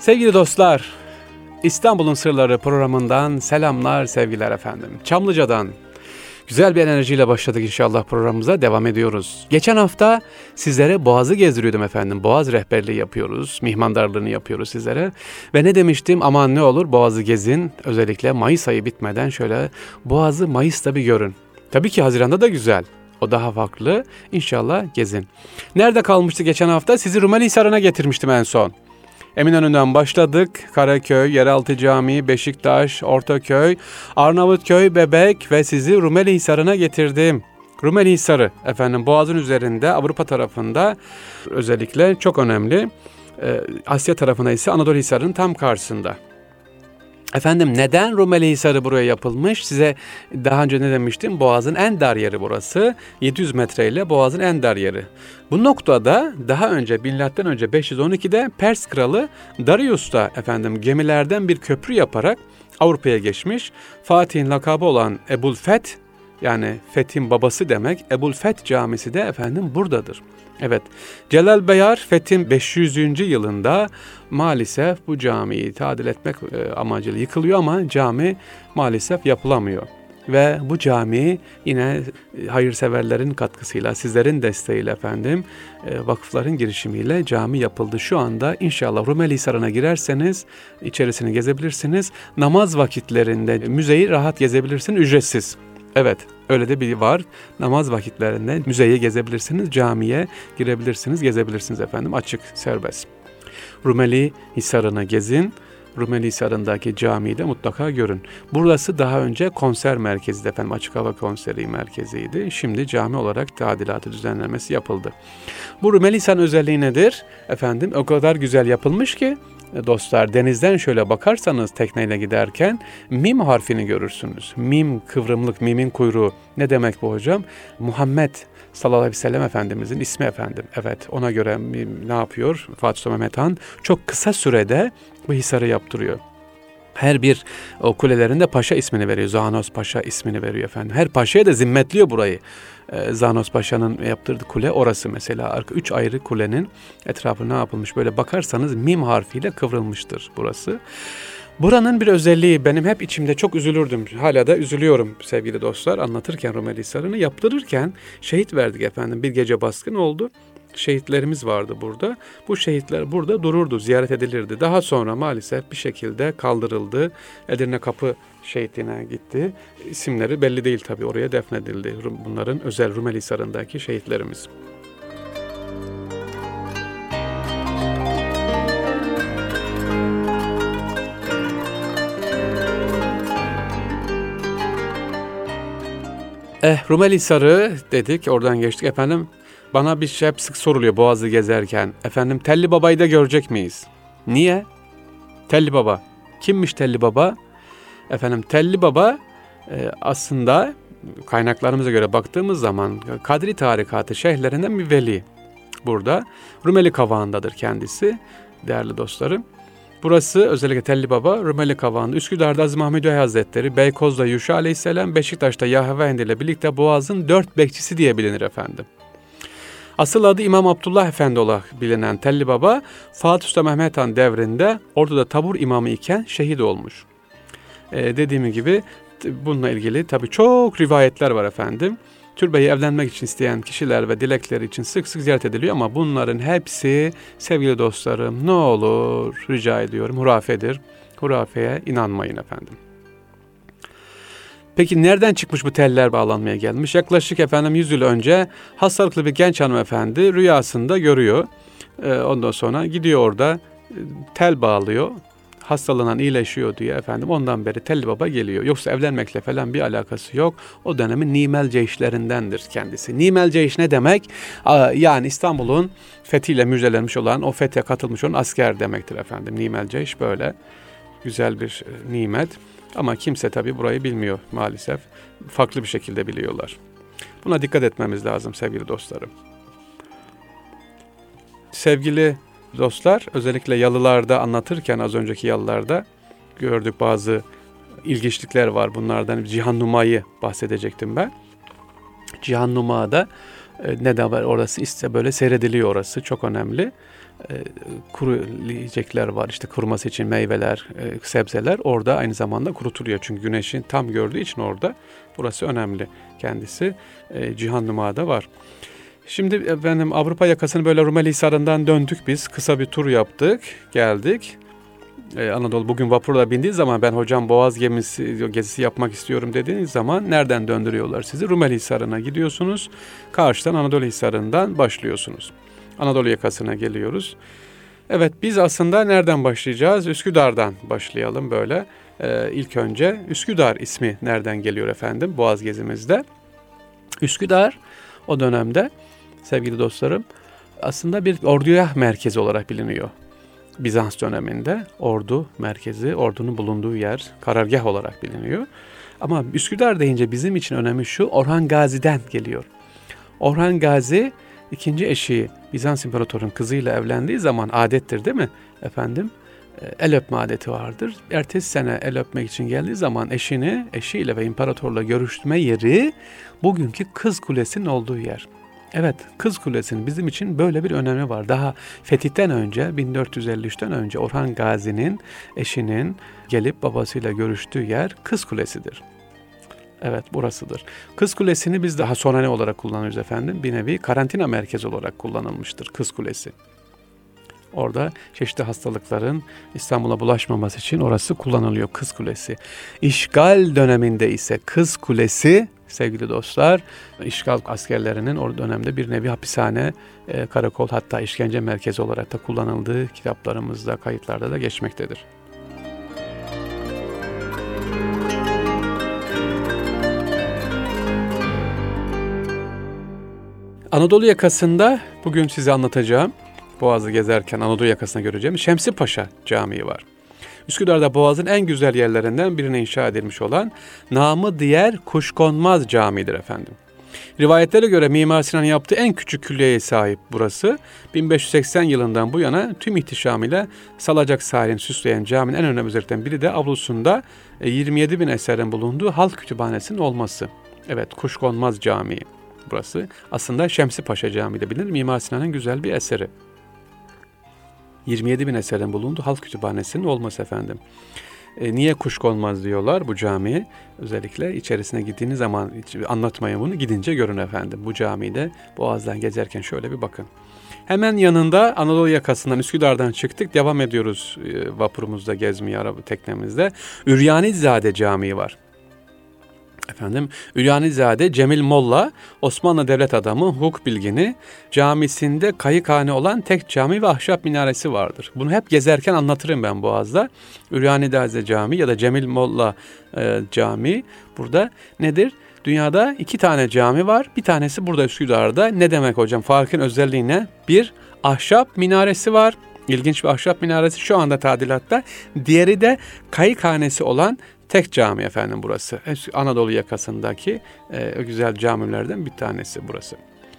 Sevgili dostlar, İstanbul'un Sırları programından selamlar, sevgiler efendim. Çamlıca'dan güzel bir enerjiyle başladık inşallah programımıza, devam ediyoruz. Geçen hafta sizlere Boğaz'ı gezdiriyordum efendim. Boğaz rehberliği yapıyoruz, mihmandarlığını yapıyoruz sizlere. Ve ne demiştim? Aman ne olur Boğaz'ı gezin. Özellikle Mayıs ayı bitmeden şöyle Boğaz'ı Mayıs'ta bir görün. Tabii ki Haziran'da da güzel. O daha farklı. İnşallah gezin. Nerede kalmıştı geçen hafta? Sizi Rumelihisar'ına getirmiştim en son. Eminönü'nden başladık. Karaköy, Yeraltı Camii, Beşiktaş, Ortaköy, Arnavutköy, Bebek ve sizi Rumelihisar'ına getirdim. Rumelihisar'ı efendim Boğaz'ın üzerinde, Avrupa tarafında özellikle çok önemli. Asya tarafına ise Anadolu Hisarı'nın tam karşısında. Efendim neden Rumelihisar'ı buraya yapılmış? Size daha önce ne demiştim? Boğaz'ın en dar yeri burası. 700 metreyle Boğaz'ın en dar yeri. Bu noktada daha önce milattan önce 512'de Pers kralı Darius da efendim gemilerden bir köprü yaparak Avrupa'ya geçmiş. Fatih'in lakabı olan Ebu'l-Feth, yani Feth'in babası demek, Ebu'l-Feth camisi de efendim buradadır. Evet, Celal Bayar Feth'in 500. yılında maalesef bu camiyi tadil etmek amacıyla yıkılıyor ama cami maalesef yapılamıyor. Ve bu cami yine hayırseverlerin katkısıyla, sizlerin desteğiyle efendim, vakıfların girişimiyle cami yapıldı. Şu anda inşallah Rumelihisar'ına girerseniz içerisini gezebilirsiniz. Namaz vakitlerinde müzeyi rahat gezebilirsiniz, ücretsiz. Evet, öyle de bir var. Namaz vakitlerinde müzeyi gezebilirsiniz, camiye girebilirsiniz, gezebilirsiniz efendim. Açık, serbest. Rumelihisar'ını gezin. Rumelihisar'ındaki camiyi de mutlaka görün. Burası daha önce konser merkeziydi efendim. Açık hava konseri merkeziydi. Şimdi cami olarak tadilatı, düzenlenmesi yapıldı. Bu Rumelihisar'ın özelliği nedir? Efendim o kadar güzel yapılmış ki dostlar, denizden şöyle bakarsanız tekneyle giderken mim harfini görürsünüz. Mim, kıvrımlık, mimin kuyruğu. Ne demek bu hocam? Muhammed sallallahu aleyhi ve sellem Efendimizin ismi efendim. Evet, ona göre ne yapıyor? Fatih Sultan Mehmet Han çok kısa sürede bu hisarı yaptırıyor. Her bir o kulelerinde paşa ismini veriyor. Zanos Paşa ismini veriyor efendim. Her paşaya da zimmetliyor burayı. Zanos Paşa'nın yaptırdığı kule orası mesela. 3 ayrı kulenin etrafı ne yapılmış? Böyle bakarsanız mim harfiyle kıvrılmıştır burası. Buranın bir özelliği, benim hep içimde çok üzülürdüm. Hala da üzülüyorum sevgili dostlar. Anlatırken Rumelihisar'ını yaptırırken şehit verdik efendim. Bir gece baskın oldu. Şehitlerimiz vardı burada. Bu şehitler burada dururdu, ziyaret edilirdi. Daha sonra maalesef bir şekilde kaldırıldı. Edirne Kapı şehitliğine gitti. İsimleri belli değil tabii, oraya defnedildi. Bunların özel Rumelihisar'ındaki şehitlerimiz. Rumelihisar'ı dedik, oradan geçtik efendim. Bana bir şey hep sık soruluyor Boğaz'ı gezerken. Efendim Telli Baba'yı da görecek miyiz? Niye? Telli Baba. Kimmiş Telli Baba? Efendim Telli Baba aslında kaynaklarımıza göre baktığımız zaman Kadri tarikatı şeyhlerinden bir veli. Burada Rumeli Kavağı'ndadır kendisi değerli dostlarım. Burası özellikle Telli Baba Rumeli Kavağı'nda. Üsküdar'da Aziz Mahmud Bey Hazretleri, Beykoz'da Yuşa Aleyhisselam, Beşiktaş'ta Yahve ile birlikte Boğaz'ın 4 bekçisi diye bilinir efendim. Asıl adı İmam Abdullah Efendi olarak bilinen Telli Baba, Fatih Sultan Mehmet Han devrinde orduda tabur imamı iken şehit olmuş. Dediğim gibi bununla ilgili tabii çok rivayetler var efendim. Türbeyi evlenmek için isteyen kişiler ve dilekleri için sık sık ziyaret ediliyor ama bunların hepsi sevgili dostlarım ne olur rica ediyorum hurafedir. Hurafeye inanmayın efendim. Peki nereden çıkmış bu teller bağlanmaya gelmiş? Yaklaşık efendim 100 yıl önce hastalıklı bir genç hanımefendi rüyasında görüyor. Ondan sonra gidiyor orada tel bağlıyor. Hastalanan iyileşiyor diye efendim ondan beri Telli Baba geliyor. Yoksa evlenmekle falan bir alakası yok. O dönemin Nimel Ceyşlerindendir kendisi. Nimel Ceyş ne demek? Yani İstanbul'un fethiyle müjdelenmiş olan, o fethe katılmış olan asker demektir efendim. Nimel Ceyş böyle güzel bir nimet. Ama kimse tabii burayı bilmiyor maalesef. Farklı bir şekilde biliyorlar. Buna dikkat etmemiz lazım sevgili dostlarım. Sevgili dostlar, özellikle yalılarda anlatırken az önceki yalılarda gördük bazı ilginçlikler var. Bunlardan Cihannuma'yı bahsedecektim ben. Cihannuma'da ne de var orası ise böyle seyrediliyor orası. Çok önemli. kuru yiyecekler var. İşte kuruması için meyveler, sebzeler orada aynı zamanda kurutuluyor. Çünkü güneşin tam gördüğü için orada burası önemli. Kendisi Cihan Numa'da var. Şimdi efendim Avrupa yakasını böyle Rumeli Hisarı'ndan döndük biz. Kısa bir tur yaptık, geldik. Anadolu bugün vapurla bindiği zaman ben hocam Boğaz gezisi yapmak istiyorum dediğiniz zaman nereden döndürüyorlar sizi? Rumeli Hisarı'na gidiyorsunuz. Karşıdan Anadolu Hisarı'ndan başlıyorsunuz. Anadolu yakasına geliyoruz. Evet, biz aslında nereden başlayacağız? Üsküdar'dan başlayalım böyle. İlk önce Üsküdar ismi nereden geliyor efendim Boğaz gezimizde? Üsküdar o dönemde sevgili dostlarım aslında bir ordugah merkezi olarak biliniyor. Bizans döneminde ordu merkezi, ordunun bulunduğu yer karargah olarak biliniyor. Ama Üsküdar deyince bizim için önemi şu, Orhan Gazi'den geliyor. Orhan Gazi ikinci eşi Bizans İmparator'un kızıyla evlendiği zaman adettir değil mi efendim? El öpme adeti vardır. Ertesi sene el öpmek için geldiği zaman eşiyle ve imparatorla görüşme yeri bugünkü Kız Kulesi'nin olduğu yer. Evet, Kız Kulesi'nin bizim için böyle bir önemi var. Daha fetihten önce 1453'ten önce Orhan Gazi'nin eşinin gelip babasıyla görüştüğü yer Kız Kulesi'dir. Evet, burasıdır. Kız Kulesi'ni biz daha sonra ne olarak kullanıyoruz efendim? Bir nevi karantina merkezi olarak kullanılmıştır Kız Kulesi. Orada çeşitli hastalıkların İstanbul'a bulaşmaması için orası kullanılıyor Kız Kulesi. İşgal döneminde ise Kız Kulesi sevgili dostlar, işgal askerlerinin o dönemde bir nevi hapishane, karakol hatta işkence merkezi olarak da kullanıldığı kitaplarımızda, kayıtlarda da geçmektedir. Anadolu yakasında bugün size anlatacağım, Boğaz'ı gezerken Anadolu yakasına göreceğimiz Şemsi Paşa Camii var. Üsküdar'da Boğaz'ın en güzel yerlerinden birine inşa edilmiş olan namı diğer Kuşkonmaz Camii'dir efendim. Rivayetlere göre Mimar Sinan yaptığı en küçük külliyeye sahip burası. 1580 yılından bu yana tüm ihtişamıyla salacak sahilini süsleyen caminin en önemli özelliklerinden biri de avlusunda 27 bin eserin bulunduğu halk kütüphanesinin olması. Evet, Kuşkonmaz Camii burası. Aslında Şemsi Paşa Camii de bilinir. Mimar Sinan'ın güzel bir eseri. 27 bin eserin bulunduğu halk kütüphanesinin olması efendim. Niye Kuşkonmaz diyorlar bu camiye? Özellikle içerisine gittiğiniz zaman anlatmayın bunu, gidince görün efendim. Bu camide Boğaz'dan gezerken şöyle bir bakın. Hemen yanında Anadolu yakasından Üsküdar'dan çıktık. Devam ediyoruz vapurumuzda gezmeye, teknemizde. Üryanizade Camii var. Efendim, Üryanizade Cemil Molla, Osmanlı devlet adamı, hukuk bilgini, camisinde kayıkhane olan tek cami ve ahşap minaresi vardır. Bunu hep gezerken anlatırım ben Boğaz'da. Üryanizade Camii ya da Cemil Molla Camii burada nedir? Dünyada 2 tane cami var. Bir tanesi burada Üsküdar'da. Ne demek hocam? Farkın özelliği ne? Bir, ahşap minaresi var. İlginç bir ahşap minaresi şu anda tadilatta. Diğeri de kayıkhanesi olan tek cami efendim burası. Anadolu yakasındaki güzel camilerden bir tanesi burası.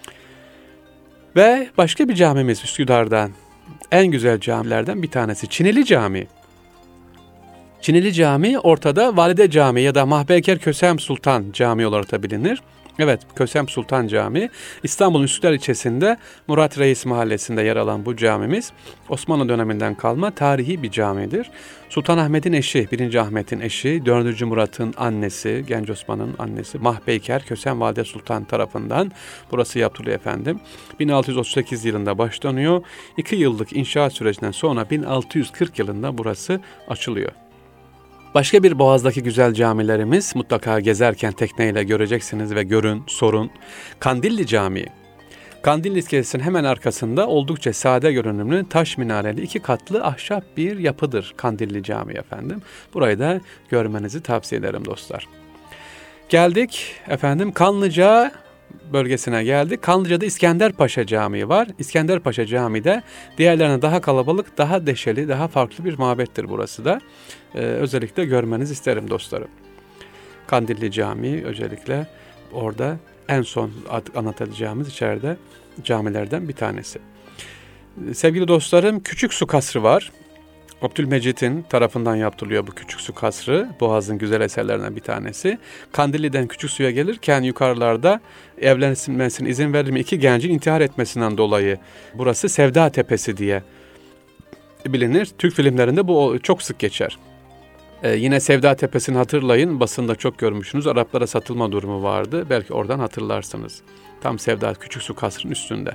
Ve başka bir camimiz Üsküdar'dan en güzel camilerden bir tanesi Çinili Camii. Çinili Camii ortada Valide Camii ya da Mahpeker Kösem Sultan Camii olarak da bilinir. Evet, Kösem Sultan Camii İstanbul'un Üsküdar ilçesinde Murat Reis mahallesinde yer alan bu camimiz Osmanlı döneminden kalma tarihi bir camidir. Sultan Ahmet'in eşi, 1. Ahmet'in eşi, 4. Murat'ın annesi, Genç Osman'ın annesi Mahpeyker Kösem Valide Sultan tarafından burası yaptırılıyor efendim. 1638 yılında başlanıyor. 2 yıllık inşaat sürecinden sonra 1640 yılında burası açılıyor. Başka bir Boğaz'daki güzel camilerimiz mutlaka gezerken tekneyle göreceksiniz ve görün, sorun. Kandilli Camii. Kandilli iskelesinin hemen arkasında oldukça sade görünümlü taş minareli 2 katlı ahşap bir yapıdır Kandilli Camii efendim. Burayı da görmenizi tavsiye ederim dostlar. Geldik efendim Kanlıca bölgesine geldik. Kanlıca'da İskenderpaşa Camii var. İskenderpaşa Camii de diğerlerine daha kalabalık, daha deşeli, daha farklı bir mabettir burası da. Özellikle görmenizi isterim dostlarım. Kandilli Camii özellikle orada en son anlatacağımız içeride camilerden bir tanesi. Sevgili dostlarım, Küçük Su Kasrı var. Abdülmecit'in tarafından yaptırılıyor bu Küçük Su Kasrı. Boğaz'ın güzel eserlerinden bir tanesi. Kandilli'den Küçük Su'ya gelirken yukarılarda evlenmesine izin verilmeyen 2 gencin intihar etmesinden dolayı burası Sevda Tepesi diye bilinir. Türk filmlerinde bu çok sık geçer. Yine Sevda Tepesi'ni hatırlayın. Basında çok görmüşsünüz. Araplara satılma durumu vardı. Belki oradan hatırlarsınız. Tam Sevda Küçük Su Kasrı'nın üstünde.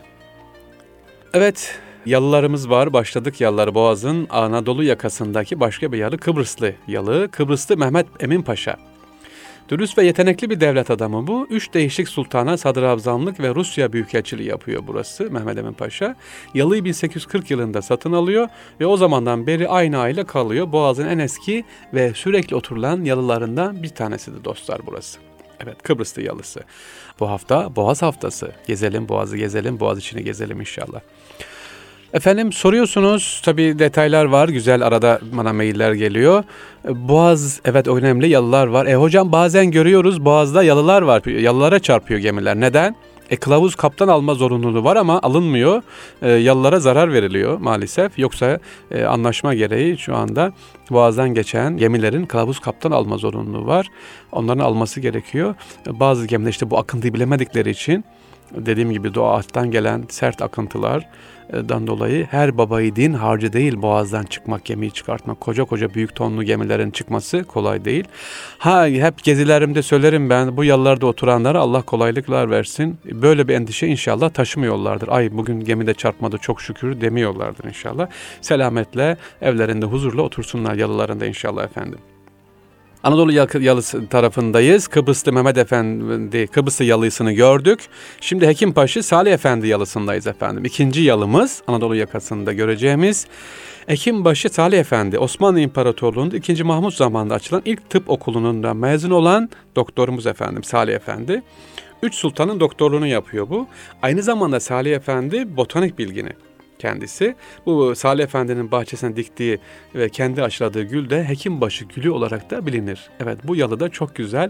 Evet, yalılarımız var. Başladık yalıları. Boğaz'ın Anadolu yakasındaki başka bir yalı Kıbrıslı yalı. Kıbrıslı Mehmet Emin Paşa. Dürüst ve yetenekli bir devlet adamı bu. 3 değişik sultana sadrazamlık ve Rusya büyükelçiliği yapıyor burası Mehmet Emin Paşa. Yalıyı 1840 yılında satın alıyor ve o zamandan beri aynı aile kalıyor. Boğaz'ın en eski ve sürekli oturulan yalılarından bir tanesidir dostlar burası. Evet, Kıbrıslı yalısı. Bu hafta Boğaz haftası. Gezelim Boğaz'ı gezelim, Boğaz içini gezelim inşallah. Efendim soruyorsunuz, tabii detaylar var, güzel arada bana mailler geliyor. Boğaz, evet önemli, yalılar var. Hocam bazen görüyoruz Boğaz'da yalılar var, yalılara çarpıyor gemiler. Neden? Kılavuz kaptan alma zorunluluğu var ama alınmıyor. Yalılara zarar veriliyor maalesef. Yoksa anlaşma gereği şu anda Boğaz'dan geçen gemilerin kılavuz kaptan alma zorunluluğu var. Onların alması gerekiyor. Bazı gemiler işte bu akıntıyı bilemedikleri için, dediğim gibi doğadan gelen sert akıntılardan dolayı her baba yiğidin harcı değil Boğaz'dan çıkmak, gemiyi çıkartmak. Koca koca büyük tonlu gemilerin çıkması kolay değil. Hep gezilerimde söylerim ben, bu yalılarda oturanlara Allah kolaylıklar versin. Böyle bir endişe inşallah taşımıyorlardır. Ay bugün gemide çarpmadı çok şükür demiyorlardır inşallah. Selametle evlerinde huzurla otursunlar yalılarında inşallah efendim. Anadolu yalısı tarafındayız. Kıbrıslı Mehmet Efendi, Kıbrıslı yalısını gördük. Şimdi Hekimbaşı Salih Efendi yalısındayız efendim. İkinci yalımız Anadolu yakasında göreceğimiz Hekimbaşı Salih Efendi. Osmanlı İmparatorluğu'nda 2. Mahmut zamanında açılan ilk tıp okulundan da mezun olan doktorumuz efendim Salih Efendi. 3 sultanın doktorluğunu yapıyor bu. Aynı zamanda Salih Efendi botanik bilgini kendisi. Bu Salih Efendi'nin bahçesine diktiği ve kendi aşıladığı gül de Hekimbaşı gülü olarak da bilinir. Evet, bu yalıda çok güzel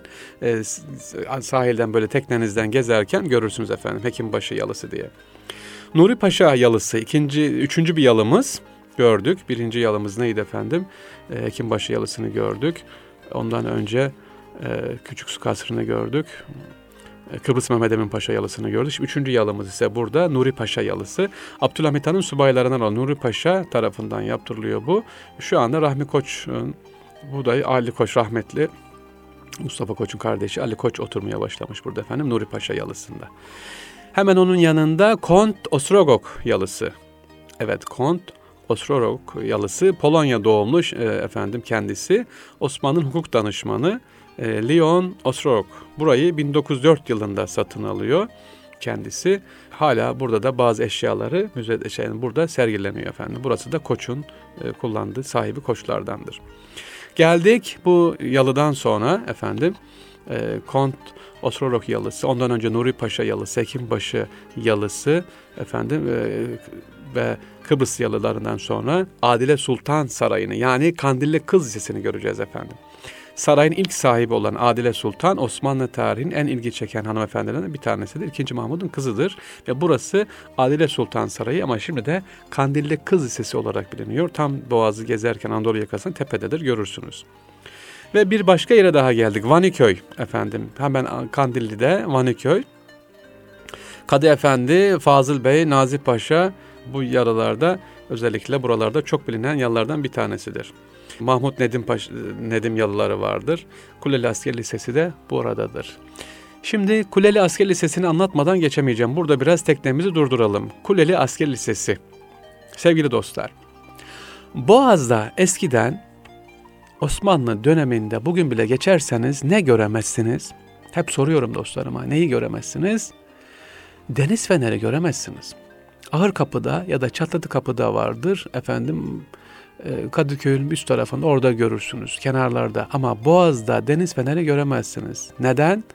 sahilden böyle teknenizden gezerken görürsünüz efendim Hekimbaşı yalısı diye. Nuri Paşa yalısı üçüncü bir yalımız gördük. Birinci yalımız neydi efendim? Hekimbaşı yalısını gördük. Ondan önce Küçük Su Kasrı'nı gördük. Kıbrıs Mehmet Emin Paşa yalısını gördük. Şimdi 3. yalımız ise burada Nuri Paşa yalısı. Abdülhamit Han'ın subaylarından olan Nuri Paşa tarafından yaptırılıyor bu. Şu anda Rahmi Koç'un, bu da Ali Koç rahmetli, Mustafa Koç'un kardeşi Ali Koç oturmaya başlamış burada efendim Nuri Paşa yalısında. Hemen onun yanında Kont Ostrogok yalısı. Evet, Kont Ostrogok yalısı Polonya doğumlu efendim kendisi. Osmanlı'nın hukuk danışmanı Leon Ostrogok. Burayı 1904 yılında satın alıyor kendisi. Hala burada da bazı eşyaları müzede burada sergileniyor efendim. Burası da Koç'un kullandığı sahibi Koçlardandır. Geldik bu yalıdan sonra efendim Kont Ostrogok yalısı, ondan önce Nuri Paşa yalısı, Hekimbaşı yalısı efendim ve Kıbrıs yalılarından sonra Adile Sultan Sarayı'nı yani Kandilli Kız Lisesi'ni göreceğiz efendim. Sarayın ilk sahibi olan Adile Sultan, Osmanlı tarihinin en ilgi çeken hanımefendilerinden bir tanesidir. 2. Mahmud'un kızıdır ve burası Adile Sultan Sarayı ama şimdi de Kandilli Kız Lisesi olarak biliniyor. Tam Boğaz'ı gezerken Anadolu yakasının tepededir, görürsünüz. Ve bir başka yere daha geldik. Vaniköy efendim. Hemen Kandilli'de Vaniköy. Kadı Efendi, Fazıl Bey, Nazif Paşa bu yalılarda, özellikle buralarda çok bilinen yalılardan bir tanesidir. Mahmut Nedim yalıları vardır. Kuleli Asker Lisesi de buradadır. Şimdi Kuleli Asker Lisesi'ni anlatmadan geçemeyeceğim. Burada biraz teknemizi durduralım. Kuleli Asker Lisesi. Sevgili dostlar, Boğaz'da eskiden Osmanlı döneminde bugün bile geçerseniz ne göremezsiniz? Hep soruyorum dostlarıma, neyi göremezsiniz? Deniz feneri göremezsiniz. Ağırkapı'da ya da Çatıkapı'da vardır efendim. Kadıköy'ün üst tarafında orada görürsünüz kenarlarda ama Boğaz'da deniz feneri göremezsiniz. Neden?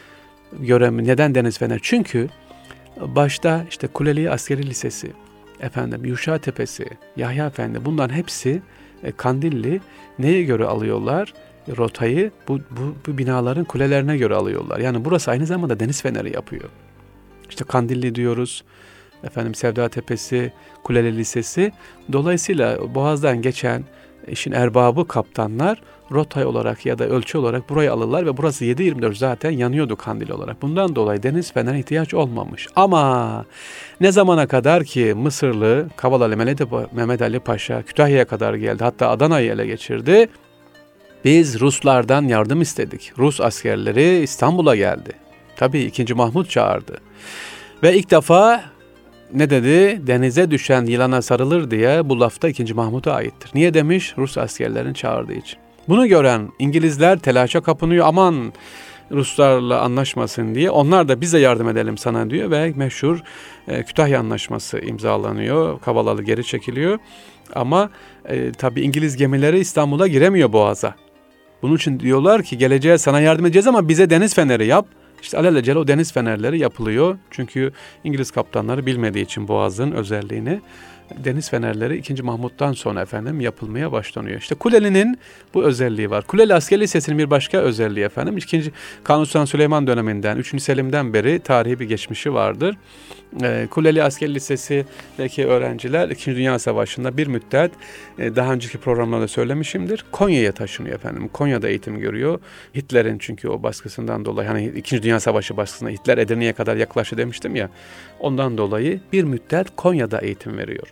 Neden deniz feneri? Çünkü başta işte Kuleli Askeri Lisesi, efendim Yuşa Tepesi, Yahya Efendi bunların hepsi Kandilli neye göre alıyorlar? Rotayı bu binaların kulelerine göre alıyorlar. Yani burası aynı zamanda deniz feneri yapıyor. İşte Kandilli diyoruz, Sevda Tepesi, Kuleli Lisesi. Dolayısıyla Boğaz'dan geçen işin erbabı kaptanlar rota olarak ya da ölçü olarak burayı alırlar ve burası 7/24 zaten yanıyordu kandil olarak. Bundan dolayı deniz fenerine ihtiyaç olmamış. Ama ne zamana kadar ki Mısırlı Kavalalı Mehmet Ali Paşa Kütahya'ya kadar geldi, hatta Adana'yı ele geçirdi. Biz Ruslardan yardım istedik. Rus askerleri İstanbul'a geldi. Tabii 2. Mahmut çağırdı. Ve ilk defa ne dedi? Denize düşen yılana sarılır diye bu lafta 2. Mahmut'a aittir. Niye demiş? Rus askerlerini çağırdığı için. Bunu gören İngilizler telaşa kapınıyor. Aman Ruslarla anlaşmasın diye. Onlar da bize yardım edelim sana diyor ve meşhur Kütahya Anlaşması imzalanıyor. Kavalalı geri çekiliyor. Ama tabii İngiliz gemileri İstanbul'a giremiyor Boğaz'a. Bunun için diyorlar ki geleceğe sana yardım edeceğiz ama bize deniz feneri yap. İşte alelacele o deniz fenerleri yapılıyor. Çünkü İngiliz kaptanları bilmediği için Boğaz'ın özelliğini, deniz fenerleri 2. Mahmut'tan sonra yapılmaya başlanıyor. İşte Kuleli'nin bu özelliği var. Kuleli Asker Lisesi'nin bir başka özelliği 2. Kanuni Sultan Süleyman döneminden, 3. Selim'den beri tarihi bir geçmişi vardır. Kuleli Asker Lisesi'deki öğrenciler 2. Dünya Savaşı'nda bir müddet, daha önceki programlarda söylemişimdir, Konya'ya taşınıyor Konya'da eğitim görüyor. Hitler'in çünkü o baskısından dolayı, 2. Dünya Savaşı baskısında Hitler Edirne'ye kadar yaklaştı demiştim ya, ondan dolayı bir müddet Konya'da eğitim veriyor.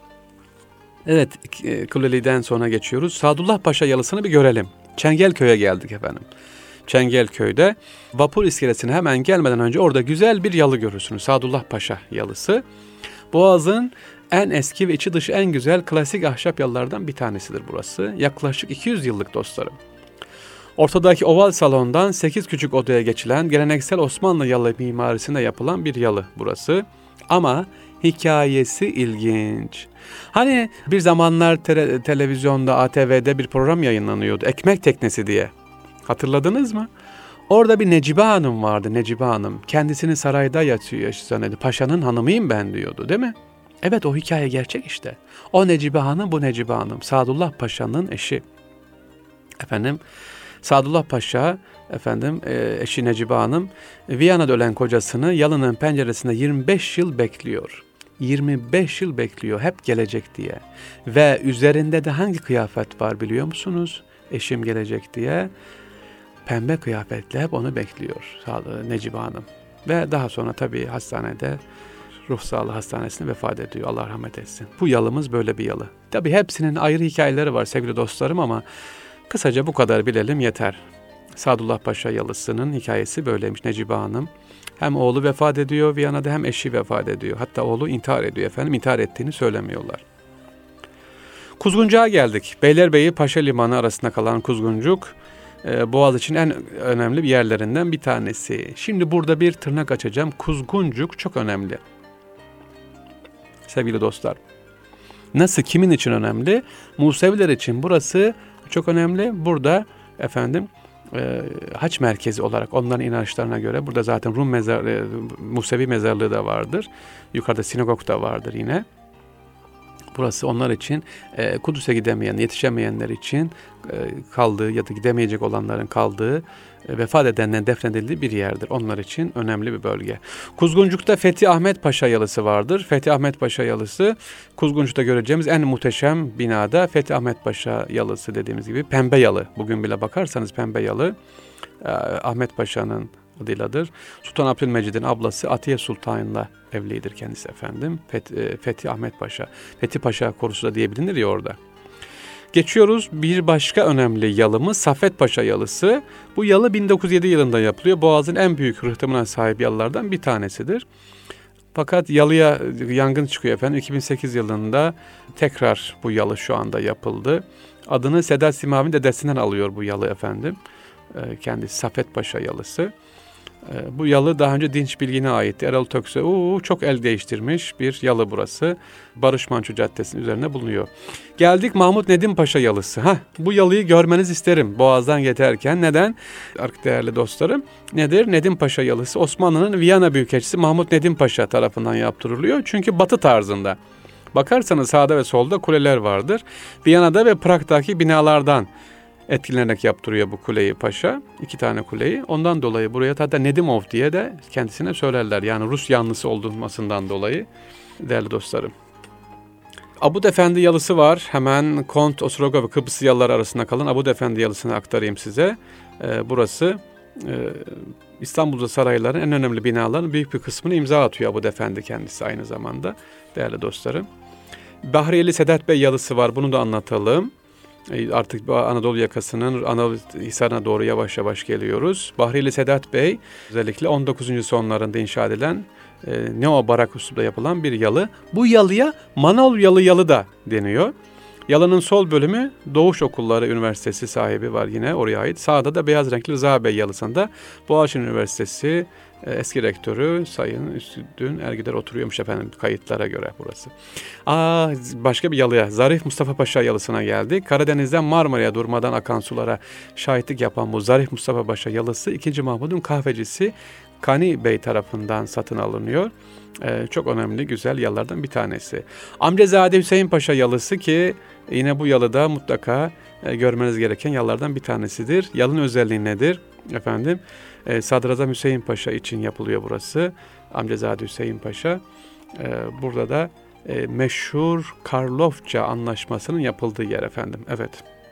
Evet, Kuleli'den sonra geçiyoruz. Sadullah Paşa yalısını bir görelim. Çengelköy'e geldik Çengelköy'de vapur iskelesine hemen gelmeden önce orada güzel bir yalı görürsünüz. Sadullah Paşa yalısı. Boğaz'ın en eski ve içi dışı en güzel klasik ahşap yalılardan bir tanesidir burası. Yaklaşık 200 yıllık dostlarım. Ortadaki oval salondan 8 küçük odaya geçilen geleneksel Osmanlı yalı mimarisinde yapılan bir yalı burası. Ama hikayesi ilginç. Bir zamanlar televizyonda, ATV'de bir program yayınlanıyordu. Ekmek Teknesi diye. Hatırladınız mı? Orada bir Necibe Hanım vardı, Necibe Hanım. Kendisini sarayda yatıyor zannediyor. Paşanın hanımıyım ben diyordu, değil mi? Evet, o hikaye gerçek işte. O Necibe Hanım, bu Necibe Hanım. Sadullah Paşa'nın eşi. Sadullah Paşa, eşi Necibe Hanım, Viyana'da ölen kocasını yalının penceresinde 25 yıl bekliyor. 25 yıl bekliyor, hep gelecek diye. Ve üzerinde de hangi kıyafet var biliyor musunuz? Eşim gelecek diye. Pembe kıyafetle hep onu bekliyor Necibe Hanım. Ve daha sonra tabii hastanede, ruh sağlığı hastanesinde vefat ediyor. Allah rahmet etsin. Bu yalımız böyle bir yalı. Tabii hepsinin ayrı hikayeleri var sevgili dostlarım ama kısaca bu kadar bilelim yeter. Sadullah Paşa yalısının hikayesi böyleymiş. Necibe Hanım hem oğlu vefat ediyor Viyana'da hem eşi vefat ediyor. Hatta oğlu intihar ediyor İntihar ettiğini söylemiyorlar. Kuzguncuk'a geldik. Beylerbeyi Paşa Limanı arasında kalan Kuzguncuk, Boğaz için en önemli bir yerlerinden bir tanesi. Şimdi burada bir tırnak açacağım. Kuzguncuk çok önemli. Sevgili dostlar. Nasıl, kimin için önemli? Museviler için burası çok önemli. Burada haç merkezi olarak onların inançlarına göre burada zaten Musevi mezarlığı da vardır. Yukarıda sinagog da vardır yine. Burası onlar için Kudüs'e gidemeyen, yetişemeyenler için kaldığı ya da gidemeyecek olanların kaldığı, vefat edenlerin defnedildiği bir yerdir. Onlar için önemli bir bölge. Kuzguncuk'ta Fethi Ahmet Paşa yalısı vardır. Fethi Ahmet Paşa yalısı Kuzguncuk'ta göreceğimiz en muhteşem binada Fethi Ahmet Paşa yalısı dediğimiz gibi pembe yalı. Bugün bile bakarsanız pembe yalı Ahmet Paşa'nın adıyladır. Sultan Abdülmecid'in ablası Atiye Sultan'la evlidir kendisi Fethi Ahmet Paşa. Fethi Paşa korusu da diye bilinir ya orada. Geçiyoruz bir başka önemli yalımız Saffet Paşa yalısı. Bu yalı 1907 yılında yapılıyor. Boğaz'ın en büyük rıhtımına sahip yalılardan bir tanesidir. Fakat yalıya yangın çıkıyor 2008 yılında tekrar bu yalı şu anda yapıldı. Adını Sedat Simavi'nin dedesinden alıyor bu yalı kendisi Saffet Paşa yalısı. Bu yalı daha önce Dinç Bilgin'e aitti. Erol Tökse çok el değiştirmiş bir yalı burası. Barış Manço Caddesi'nin üzerine bulunuyor. Geldik Mahmut Nedim Paşa yalısı. Bu yalıyı görmenizi isterim Boğaz'dan geçerken. Neden? Değerli dostlarım. Nedir? Nedim Paşa yalısı Osmanlı'nın Viyana Büyükelçisi Mahmut Nedim Paşa tarafından yaptırılıyor. Çünkü batı tarzında. Bakarsanız sağda ve solda kuleler vardır. Viyana'da ve Prag'daki binalardan etkilenerek yaptırıyor bu kuleyi paşa. 2 tane kuleyi. Ondan dolayı buraya hatta Nedimov diye de kendisine söylerler. Yani Rus yanlısı olmasından dolayı değerli dostlarım. Abud Efendi yalısı var. Hemen Kont Ostroga ve Kıbrıs yalılar arasında kalan Abud Efendi yalısını aktarayım size. Burası İstanbul'da sarayların en önemli binaların büyük bir kısmını imza atıyor Abud Efendi kendisi aynı zamanda değerli dostlarım. Bahriyeli Sedat Bey yalısı var. Bunu da anlatalım. Artık Anadolu yakasının Anadolu Hisarı'na doğru yavaş yavaş geliyoruz. Bahriyeli Sedat Bey özellikle 19. sonlarında inşa edilen neo-barak usulda yapılan bir yalı. Bu yalıya Manol yalı da deniyor. Yalının sol bölümü Doğuş Okulları Üniversitesi sahibi var yine oraya ait. Sağda da beyaz renkli Rıza Bey yalısında Boğaziçi Üniversitesi eski rektörü Sayın Üstün Ergider oturuyormuş efendim kayıtlara göre burası. Başka bir yalıya Zarif Mustafa Paşa yalısına geldik. Karadeniz'den Marmara'ya durmadan akan sulara şahitlik yapan bu Zarif Mustafa Paşa yalısı 2. Mahmud'un kahvecisi Kani Bey tarafından satın alınıyor. Çok önemli, güzel yalılardan bir tanesi. Amcazade Hüseyin Paşa yalısı ki yine bu yalıda mutlaka görmeniz gereken yalılardan bir tanesidir. Yalının özelliği nedir? Efendim, Sadrazam Hüseyin Paşa için yapılıyor burası. Amcazade Hüseyin Paşa. Burada da meşhur Karlofça Anlaşması'nın yapıldığı yer efendim. Evet.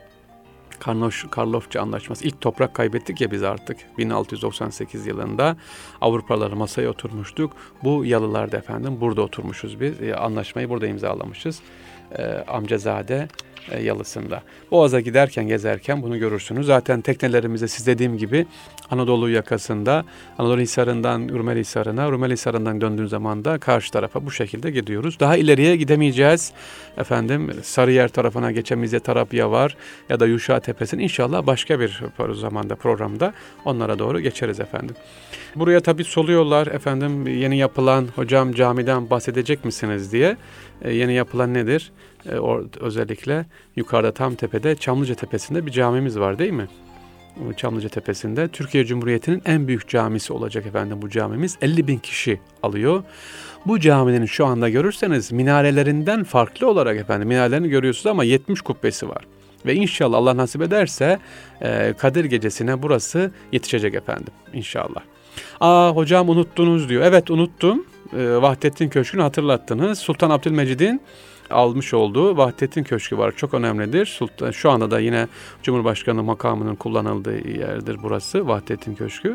Karlofça Anlaşması. İlk toprak kaybettik ya biz artık. 1698 yılında Avrupalılar masaya oturmuştuk. Bu yalılarda efendim burada oturmuşuz biz. Anlaşmayı burada imzalamışız. Amcazade yalısında. Boğaz'a giderken gezerken bunu görürsünüz. Zaten teknelerimizde siz dediğim gibi Anadolu yakasında Anadolu Hisarı'ndan Rumeli Hisarı'na, Rumeli Hisarı'ndan döndüğün zaman da karşı tarafa bu şekilde gidiyoruz. Daha ileriye gidemeyeceğiz. Efendim Sarıyer tarafına geçemeyeceğiz. Tarapya var ya da Yuşa Tepesi'nin inşallah başka bir zamanda programda onlara doğru geçeriz efendim. Buraya tabii soluyorlar efendim yeni yapılan hocam camiden bahsedecek misiniz diye. Yeni yapılan nedir? Özellikle yukarıda tam tepede Çamlıca Tepesi'nde bir camimiz var değil mi? Çamlıca Tepesi'nde Türkiye Cumhuriyeti'nin en büyük camisi olacak efendim bu camimiz. 50.000 kişi alıyor. Bu caminin şu anda görürseniz minarelerinden farklı olarak efendim minarelerini görüyorsunuz ama 70 kubbesi var. Ve inşallah Allah nasip ederse Kadir Gecesi'ne burası yetişecek efendim inşallah. Hocam unuttunuz diyor. Evet unuttum. Vahdettin Köşkü'nü hatırlattınız. Sultan Abdülmecid'in almış olduğu Vahdettin Köşkü var. Çok önemlidir. Şu anda da yine Cumhurbaşkanı makamının kullanıldığı yerdir burası. Vahdettin Köşkü.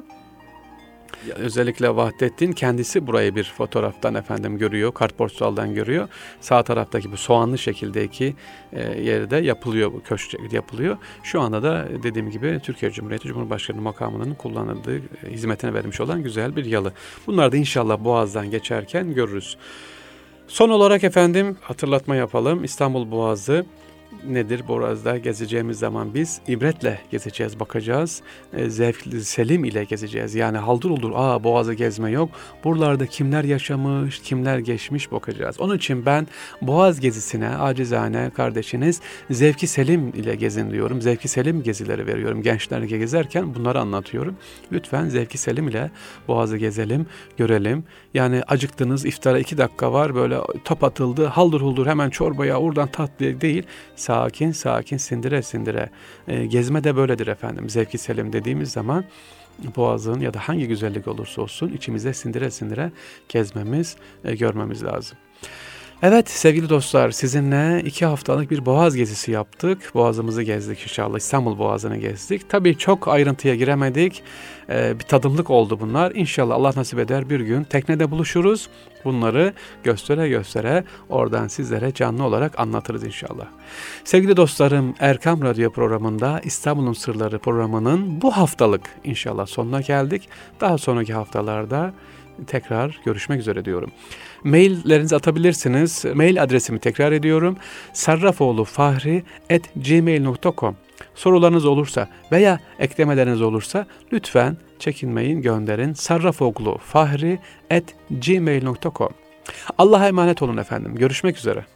Özellikle Vahdettin kendisi burayı bir fotoğraftan efendim görüyor. Kartpostaldan görüyor. Sağ taraftaki bu soğanlı şekildeki yerde yapılıyor bu köşk yapılıyor. Şu anda da dediğim gibi Türkiye Cumhuriyeti Cumhurbaşkanı makamının kullanıldığı hizmetine vermiş olan güzel bir yalı. Bunlar da inşallah Boğaz'dan geçerken görürüz. Son olarak efendim hatırlatma yapalım. İstanbul Boğazı nedir? Boğaz'da gezeceğimiz zaman biz ibretle gezeceğiz, bakacağız. Zevkli, selim ile gezeceğiz. Yani haldır olur, Boğaz'ı gezme yok. Buralarda kimler yaşamış, kimler geçmiş bakacağız. Onun için ben Boğaz gezisine acizane kardeşiniz zevki selim ile gezin diyorum. Zevki selim gezileri veriyorum. Gençlerle gezerken bunları anlatıyorum. Lütfen zevki selim ile Boğaz'ı gezelim, görelim. Yani acıktınız, iftara 2 dakika var, böyle top atıldı, haldır huldur hemen çorbaya, oradan tatlı değil. Sakin sakin sindire sindire. Gezme de böyledir efendim. Zevki selim dediğimiz zaman Boğaz'ın ya da hangi güzellik olursa olsun içimize sindire sindire gezmemiz, görmemiz lazım. Evet sevgili dostlar, sizinle 2 haftalık bir Boğaz gezisi yaptık. Boğazımızı gezdik inşallah. İstanbul Boğazı'nı gezdik. Tabii çok ayrıntıya giremedik. Bir tadımlık oldu bunlar. İnşallah Allah nasip eder bir gün teknede buluşuruz. Bunları göstere göstere oradan sizlere canlı olarak anlatırız inşallah. Sevgili dostlarım, Erkam Radyo programında İstanbul'un Sırları programının bu haftalık inşallah sonuna geldik. Daha sonraki haftalarda tekrar görüşmek üzere diyorum. Maillerinizi atabilirsiniz. Mail adresimi tekrar ediyorum. sarrafoğlufahri@gmail.com. Sorularınız olursa veya eklemeleriniz olursa lütfen çekinmeyin, gönderin. sarrafoğlufahri@gmail.com. Allah'a emanet olun efendim. Görüşmek üzere.